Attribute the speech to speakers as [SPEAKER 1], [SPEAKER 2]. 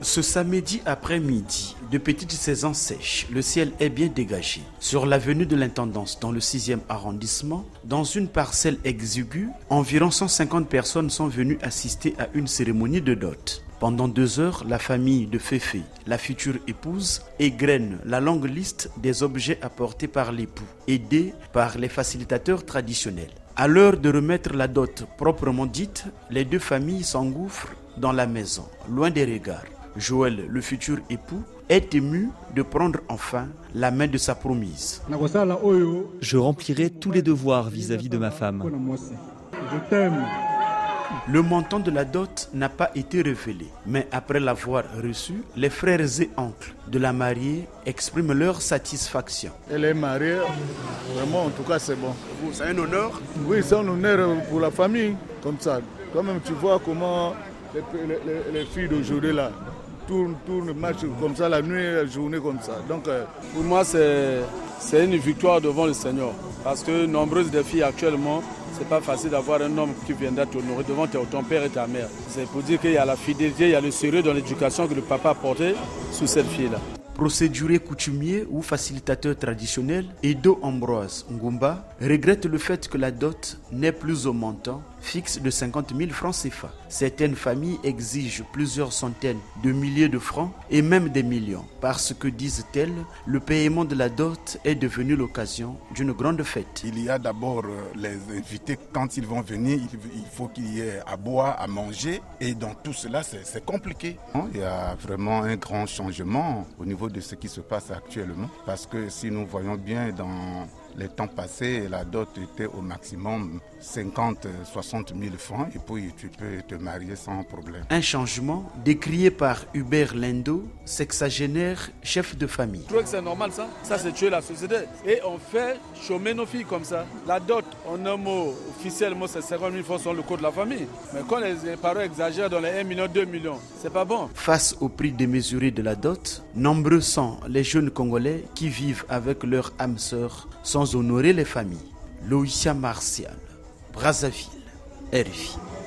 [SPEAKER 1] Ce samedi après-midi, de petites saisons sèches, le ciel est bien dégagé. Sur l'avenue de l'Intendance, dans le 6e arrondissement, dans une parcelle exiguë, environ 150 personnes sont venues assister à une cérémonie de dot. Pendant 2 heures, la famille de Féfé, la future épouse, égrène la longue liste des objets apportés par l'époux, aidés par les facilitateurs traditionnels. À l'heure de remettre la dot proprement dite, les deux familles s'engouffrent dans la maison, loin des regards. Joël, le futur époux, est ému de prendre enfin la main de sa promise.
[SPEAKER 2] Je remplirai tous les devoirs vis-à-vis de ma femme.
[SPEAKER 3] Je t'aime.
[SPEAKER 1] Le montant de la dot n'a pas été révélé, mais après l'avoir reçu, les frères et oncles de la mariée expriment leur satisfaction.
[SPEAKER 3] Elle est mariée, vraiment en tout cas c'est bon.
[SPEAKER 1] C'est un honneur?
[SPEAKER 3] Oui, c'est un honneur pour la famille, comme ça. Quand même tu vois comment les filles d'aujourd'hui là tournent, marchent comme ça la nuit et la journée comme ça. Donc
[SPEAKER 4] pour moi c'est une victoire devant le Seigneur, parce que nombreuses des filles actuellement, c'est pas facile d'avoir un homme qui viendra t'honorer devant ton père et ta mère. C'est pour dire qu'il y a la fidélité, il y a le sérieux dans l'éducation que le papa a porté sur cette fille-là.
[SPEAKER 1] Procédurier coutumier ou facilitateur traditionnel, Edo Ambroise Ngumba regrette le fait que la dot n'est plus au montant fixe de 50 000 francs CFA. Certaines familles exigent plusieurs centaines de milliers de francs et même des millions, parce que, disent-elles, le paiement de la dot est devenu l'occasion d'une grande fête.
[SPEAKER 5] Il y a d'abord les invités, quand ils vont venir, il faut qu'il y ait à boire, à manger, et dans tout cela, c'est compliqué. Il y a vraiment un grand changement au niveau de ce qui se passe actuellement, parce que si nous voyons bien dans les temps passés, la dot était au maximum 50-60 000 francs et puis tu peux te marier sans problème.
[SPEAKER 1] Un changement décrié par Hubert Lendo, sexagénaire, chef de famille.
[SPEAKER 4] Je trouve que c'est normal ça. Ça c'est tuer la société. Et on fait chômer nos filles comme ça. La dot, en un mot, officiellement c'est 50 000 francs sur le code de la famille. Mais quand les parents exagèrent dans les 1 million, 2 millions, c'est pas bon.
[SPEAKER 1] Face au prix démesuré de la dot, nombreux sont les jeunes Congolais qui vivent avec leur âme sœur sans honorer les familles. Loïcia Martial, Brazzaville, RFI.